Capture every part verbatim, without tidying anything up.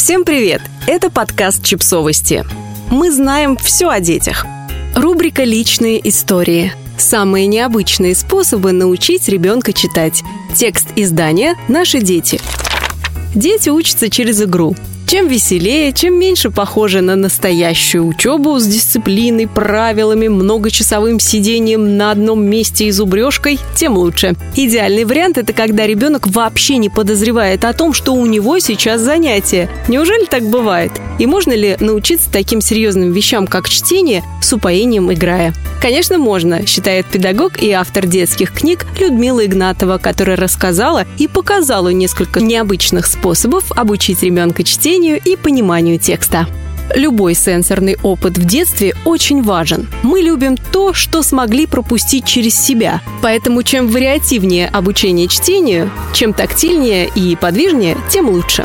Всем привет! Это подкаст «Чипсовости». Мы знаем все о детях. Рубрика «Личные истории». Самые необычные способы научить ребенка читать. Текст издания «Наши дети». Дети учатся через игру. Чем веселее, чем меньше похоже на настоящую учебу с дисциплиной, правилами, многочасовым сидением на одном месте и зубрежкой, тем лучше. Идеальный вариант – это когда ребенок вообще не подозревает о том, что у него сейчас занятие. Неужели так бывает? И можно ли научиться таким серьезным вещам, как чтение, с упоением играя? Конечно, можно, считает педагог и автор детских книг Людмила Игнатова, которая рассказала и показала несколько необычных способов обучить ребенка чтению и пониманию текста. Любой сенсорный опыт в детстве очень важен. Мы любим то, что смогли пропустить через себя. Поэтому чем вариативнее обучение чтению, чем тактильнее и подвижнее, тем лучше.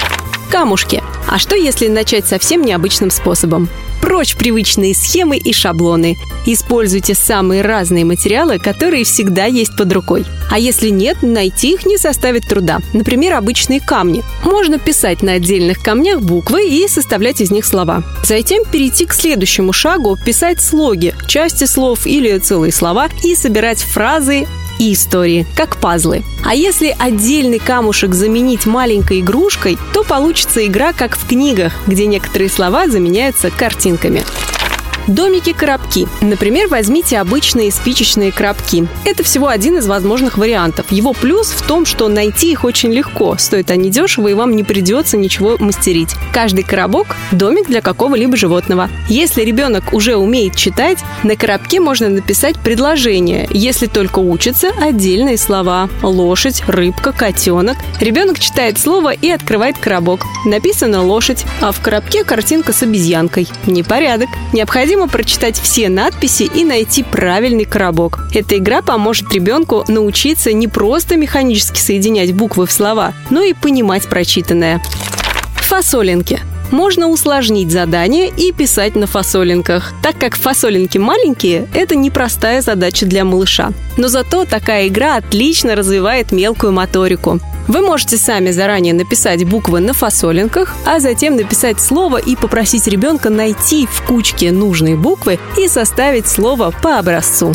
Камушки. А что, если начать совсем необычным способом? Прочь привычные схемы и шаблоны. Используйте самые разные материалы, которые всегда есть под рукой. А если нет, найти их не составит труда. Например, обычные камни. Можно писать на отдельных камнях буквы и составлять из них слова. Затем перейти к следующему шагу – писать слоги, части слов или целые слова и собирать фразы и истории, как пазлы. А если отдельный камушек заменить маленькой игрушкой, то получится игра, как в книгах, где некоторые слова заменяются картинками. Домики-коробки. Например, возьмите обычные спичечные коробки. Это всего один из возможных вариантов. Его плюс в том, что найти их очень легко. Стоят они дешево, и вам не придется ничего мастерить. Каждый коробок – домик для какого-либо животного. Если ребенок уже умеет читать, на коробке можно написать предложение. Если только учится, отдельные слова. Лошадь, рыбка, котенок. Ребенок читает слово и открывает коробок. Написано «лошадь», а в коробке картинка с обезьянкой. Непорядок. Необходимо прочитать все надписи и найти правильный коробок. Эта игра поможет ребенку научиться не просто механически соединять буквы в слова, но и понимать прочитанное. Фасолинки. Можно усложнить задание и писать на фасолинках. Так как фасолинки маленькие, это непростая задача для малыша. Но зато такая игра отлично развивает мелкую моторику. Вы можете сами заранее написать буквы на фасолинках, а затем написать слово и попросить ребенка найти в кучке нужные буквы и составить слово по образцу.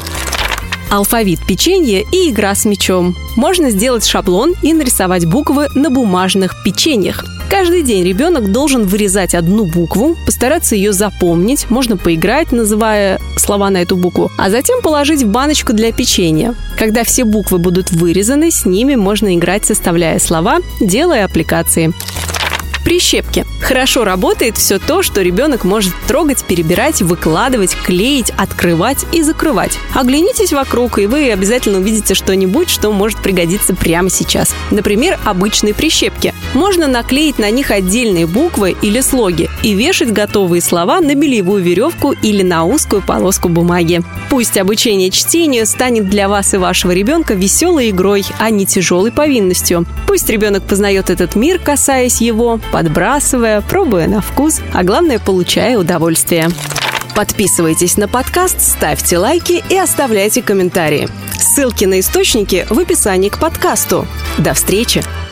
Алфавит печенья и игра с мячом. Можно сделать шаблон и нарисовать буквы на бумажных печеньях. Каждый день ребенок должен вырезать одну букву, постараться ее запомнить, можно поиграть, называя слова на эту букву, а затем положить в баночку для печенья. Когда все буквы будут вырезаны, с ними можно играть, составляя слова, делая аппликации. Прищепки. Хорошо работает все то, что ребенок может трогать, перебирать, выкладывать, клеить, открывать и закрывать. Оглянитесь вокруг, и вы обязательно увидите что-нибудь, что может пригодиться прямо сейчас. Например, обычные прищепки. Можно наклеить на них отдельные буквы или слоги и вешать готовые слова на бельевую веревку или на узкую полоску бумаги. Пусть обучение чтению станет для вас и вашего ребенка веселой игрой, а не тяжелой повинностью. Пусть ребенок познает этот мир, касаясь его, подбрасывая, пробуя на вкус, а главное, получая удовольствие. Подписывайтесь на подкаст, ставьте лайки и оставляйте комментарии. Ссылки на источники в описании к подкасту. До встречи!